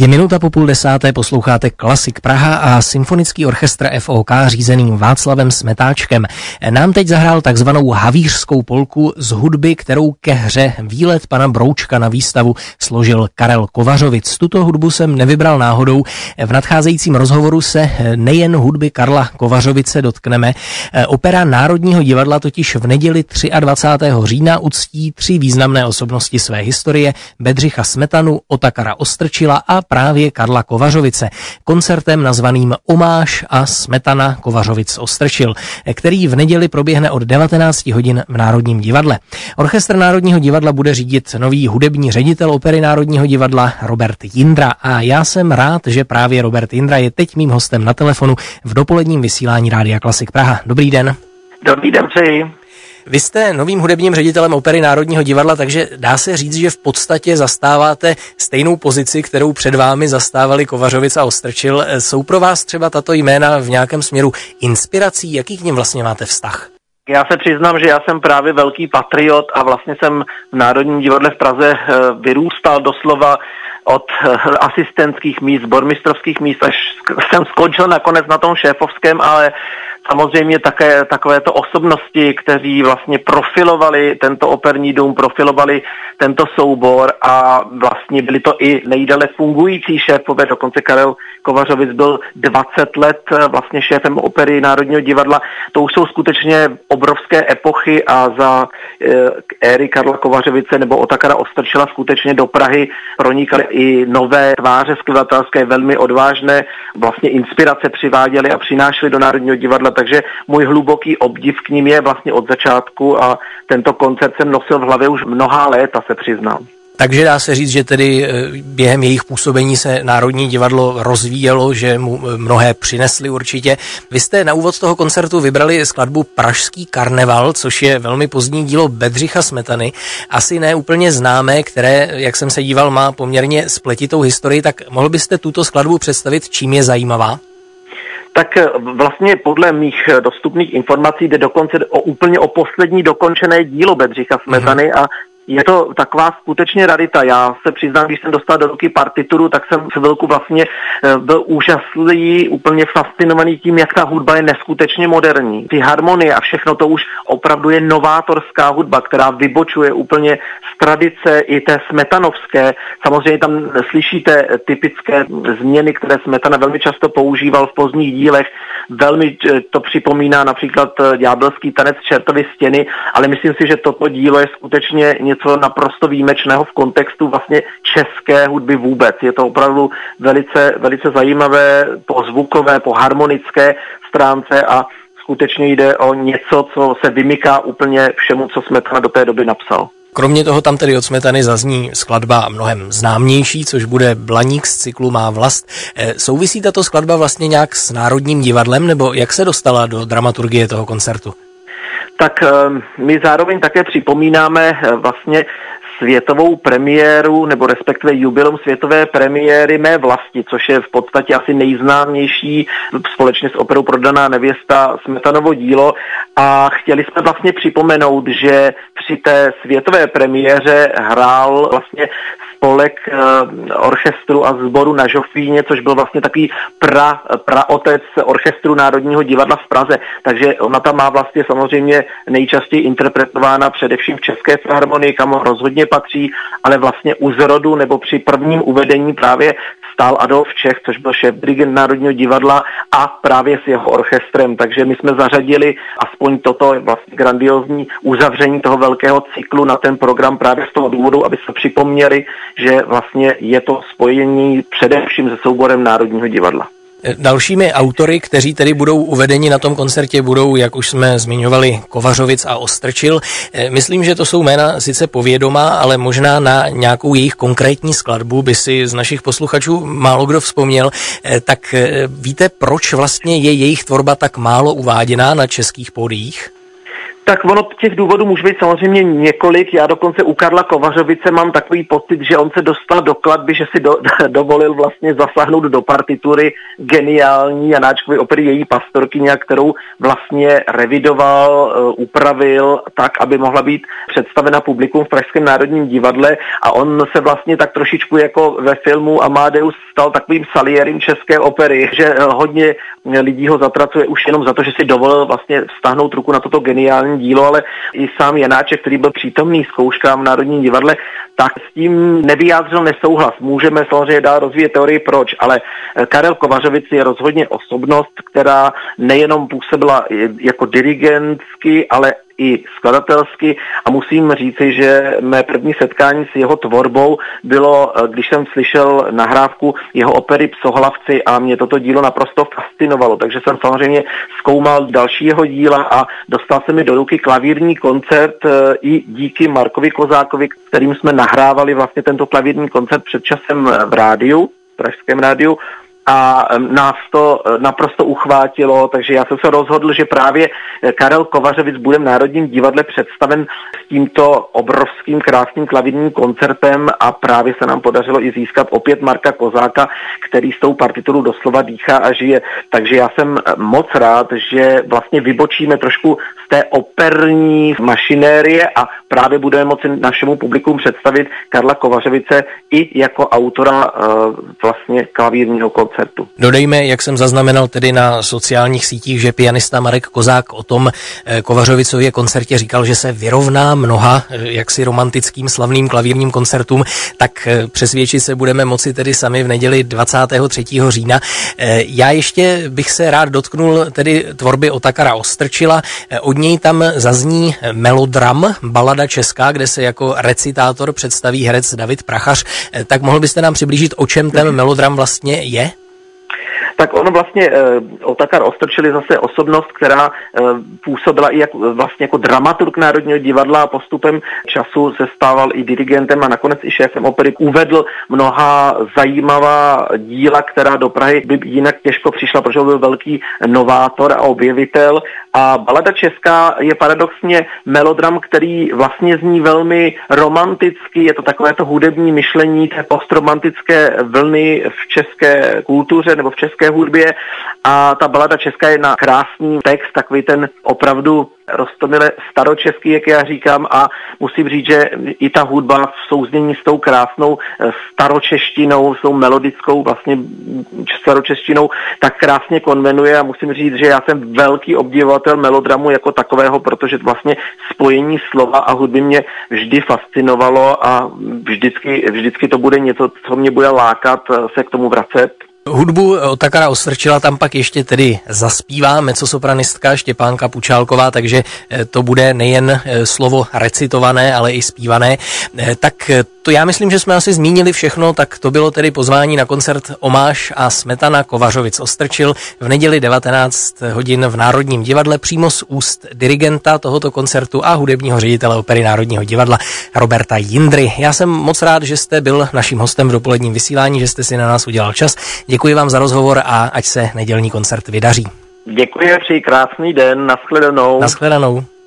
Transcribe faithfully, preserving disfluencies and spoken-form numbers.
Je minuta po půl desáté, posloucháte Klasik Praha a symfonický orchestr F O K řízený Václavem Smetáčkem nám teď zahrál takzvanou havířskou polku z hudby, kterou ke hře Výlet pana Broučka na výstavu složil Karel Kovařovic. Tuto hudbu jsem nevybral náhodou. V nadcházejícím rozhovoru se nejen hudby Karla Kovařovice dotkneme. Opera Národního divadla totiž v neděli dvacátého třetího října uctí tři významné osobnosti své historie: Bedřicha Smetanu, Otakara Ostrčila a právě Karla Kovařovice, koncertem nazvaným Omáš a Smetana Kovařovic Ostrčil, který v neděli proběhne od devatenácti hodin v Národním divadle. Orchestr Národního divadla bude řídit nový hudební ředitel Opery Národního divadla Robert Jindra a já jsem rád, že právě Robert Jindra je teď mým hostem na telefonu v dopoledním vysílání Rádia Klasik Praha. Dobrý den. Dobrý den přeji. Vy jste novým hudebním ředitelem Opery Národního divadla, takže dá se říct, že v podstatě zastáváte stejnou pozici, kterou před vámi zastávali Kovařovic a Ostrčil. Jsou pro vás třeba tato jména v nějakém směru inspirací? Jaký k nim vlastně máte vztah? Já se přiznám, že já jsem právě velký patriot a vlastně jsem v Národním divadle v Praze vyrůstal doslova od asistentských míst, bormistrovských míst, až jsem skončil nakonec na tom šéfovském, ale samozřejmě také takovéto osobnosti, kteří vlastně profilovali tento operní dům, profilovali tento soubor a vlastně byli to i nejdéle fungující šéfové, dokonce Karel Kovařovic byl dvacet let vlastně šéfem Opery Národního divadla. To už jsou skutečně obrovské epochy a za e, éry Karla Kovařovice nebo Otakara Ostrčila skutečně do Prahy pronikaly i nové tváře skladatelské, velmi odvážné, vlastně inspirace přiváděly a přinášely do Národního divadla, takže můj hluboký obdiv k nim je vlastně od začátku a tento koncert jsem nosil v hlavě už mnohá léta, se přiznám. Takže dá se říct, že tedy během jejich působení se Národní divadlo rozvíjelo, že mu mnohé přinesli určitě. Vy jste na úvod toho koncertu vybrali skladbu Pražský karneval, což je velmi pozdní dílo Bedřicha Smetany, asi ne úplně známé, které, jak jsem se díval, má poměrně spletitou historii, tak mohl byste tuto skladbu představit, čím je zajímavá? Tak vlastně podle mých dostupných informací jde dokonce o úplně o poslední dokončené dílo Bedřicha Smetany mm-hmm. a je to taková skutečně rarita. Já se přiznám, když jsem dostal do ruky partituru, tak jsem chvilku vlastně byl úžasný, úplně fascinovaný tím, jak ta hudba je neskutečně moderní. Ty harmonie a všechno to už opravdu je novátorská hudba, která vybočuje úplně z tradice i té smetanovské. Samozřejmě tam slyšíte typické změny, které Smetana velmi často používal v pozdních dílech. Velmi to připomíná například Ďábelský tanec Čertovy stěny, ale myslím si, že toto dílo je skutečně něco naprosto výjimečného v kontextu vlastně české hudby vůbec. Je to opravdu velice, velice zajímavé po zvukové, po harmonické stránce a skutečně jde o něco, co se vymyká úplně všemu, co Smetana do té doby napsal. Kromě toho tam tedy od Smetany zazní skladba mnohem známější, což bude Blaník z cyklu Má vlast. E, souvisí tato skladba vlastně nějak s Národním divadlem, nebo jak se dostala do dramaturgie toho koncertu? Tak my zároveň také připomínáme vlastně světovou premiéru, nebo respektive jubileum světové premiéry Mé vlasti, což je v podstatě asi nejznámější společně s operou Prodaná nevěsta Smetanovo dílo. A chtěli jsme vlastně připomenout, že při té světové premiéře hrál vlastně spolek e, orchestru a sboru na Žofíně, což byl vlastně takový pra, praotec orchestru Národního divadla v Praze. Takže ona tam má vlastně samozřejmě nejčastěji interpretována především v České filharmonii, kam rozhodně patří, ale vlastně u zrodu nebo při prvním uvedení právě stál Adolf Čech, což byl šéf dirigent Národního divadla a právě s jeho orchestrem. Takže my jsme zařadili aspoň toto vlastně grandiozní uzavření toho velkého cyklu na ten program právě z toho důvodu, aby se připomněli, že vlastně je to spojení především se souborem Národního divadla. Dalšími autory, kteří tedy budou uvedeni na tom koncertě, budou, jak už jsme zmiňovali, Kovařovic a Ostrčil. Myslím, že to jsou jména sice povědomá, ale možná na nějakou jejich konkrétní skladbu by si z našich posluchačů málo kdo vzpomněl. Tak víte, proč vlastně je jejich tvorba tak málo uváděná na českých pódiích? Tak ono těch důvodů může být samozřejmě několik. Já dokonce u Karla Kovařovice mám takový pocit, že on se dostal do kladby, že si do, dovolil vlastně zasáhnout do partitury geniální Janáčkovy opery Její pastorkyně, kterou vlastně revidoval, upravil tak, aby mohla být představena publikum v Pražském národním divadle, a on se vlastně tak trošičku jako ve filmu Amadeus stal takovým Saliérem české opery, že hodně lidí ho zatracuje už jenom za to, že si dovolil vlastně vztáhnout ruku na toto geniální dílo, ale i sám Janáček, který byl přítomný zkouškám v Národním divadle, tak s tím nevyjádřil nesouhlas. Můžeme samozřejmě dál rozvíjet teorii proč, ale Karel Kovařovic je rozhodně osobnost, která nejenom působila jako dirigentsky, ale i skladatelsky, a musím říci, že mé první setkání s jeho tvorbou bylo, když jsem slyšel nahrávku jeho opery Psohlavci, a mě toto dílo naprosto fascinovalo, takže jsem samozřejmě zkoumal další jeho díla a dostal se mi do ruky klavírní koncert i díky Markovi Kozákovi, kterým jsme nahrávali vlastně tento klavírní koncert před časem v rádiu, v pražském rádiu, a nás to naprosto uchvátilo, takže já jsem se rozhodl, že právě Karel Kovařovic bude v Národním divadle představen s tímto obrovským krásným klavírním koncertem, a právě se nám podařilo i získat opět Marka Kozáka, který s tou partituru doslova dýchá a žije. Takže já jsem moc rád, že vlastně vybočíme trošku z té operní mašinérie a právě budeme moci našemu publikum představit Karla Kovařovice i jako autora vlastně klavírního koncertu. Dodejme, jak jsem zaznamenal tedy na sociálních sítích, že pianista Marek Kozák o tom Kovařovicově koncertě říkal, že se vyrovná mnoha jaksi romantickým slavným klavírním koncertům, tak přesvědčit se budeme moci tedy sami v neděli dvacátého třetího října. Já ještě bych se rád dotknul tedy tvorby Otakara Ostrčila. Od něj tam zazní melodram, balada česká, kde se jako recitátor představí herec David Prachař. Tak mohl byste nám přiblížit, o čem ten melodram vlastně je? Tak ono vlastně, e, Otakar Ostrčil je zase osobnost, která e, působila i jak, vlastně jako dramaturg Národního divadla, a postupem času se stával i dirigentem a nakonec i šéfem opery. Uvedl mnoha zajímavá díla, která do Prahy by jinak těžko přišla, protože byl velký novátor a objevitel. A balada česká je paradoxně melodram, který vlastně zní velmi romanticky, je to takové to hudební myšlení té postromantické vlny v české kultuře nebo v české hudbě, a ta balada česká je na krásný text, takový ten opravdu roztomile staročeský, jak já říkám, a musím říct, že i ta hudba v souznění s tou krásnou staročeštinou, s tou melodickou vlastně staročeštinou, tak krásně konvenuje, a musím říct, že já jsem velký obdivovatel melodramu jako takového, protože vlastně spojení slova a hudby mě vždy fascinovalo a vždycky, vždycky to bude něco, co mě bude lákat se k tomu vracet. Hudbu Otakara Ostrčila tam pak ještě tedy zaspívá mezzosopranistka Štěpánka Pučálková, takže to bude nejen slovo recitované, ale i zpívané. Tak to já myslím, že jsme asi zmínili všechno, tak to bylo tedy pozvání na koncert Omáš a Smetana Kovařovic Ostrčil v neděli devatenáct hodin v Národním divadle přímo z úst dirigenta tohoto koncertu a hudebního ředitele opery Národního divadla Roberta Jindry. Já jsem moc rád, že jste byl naším hostem v dopoledním vysílání, že jste si na nás udělal čas. Děkuji vám za rozhovor a ať se nedělní koncert vydaří. Děkuji, přeji krásný den, nashledanou. Nashledanou.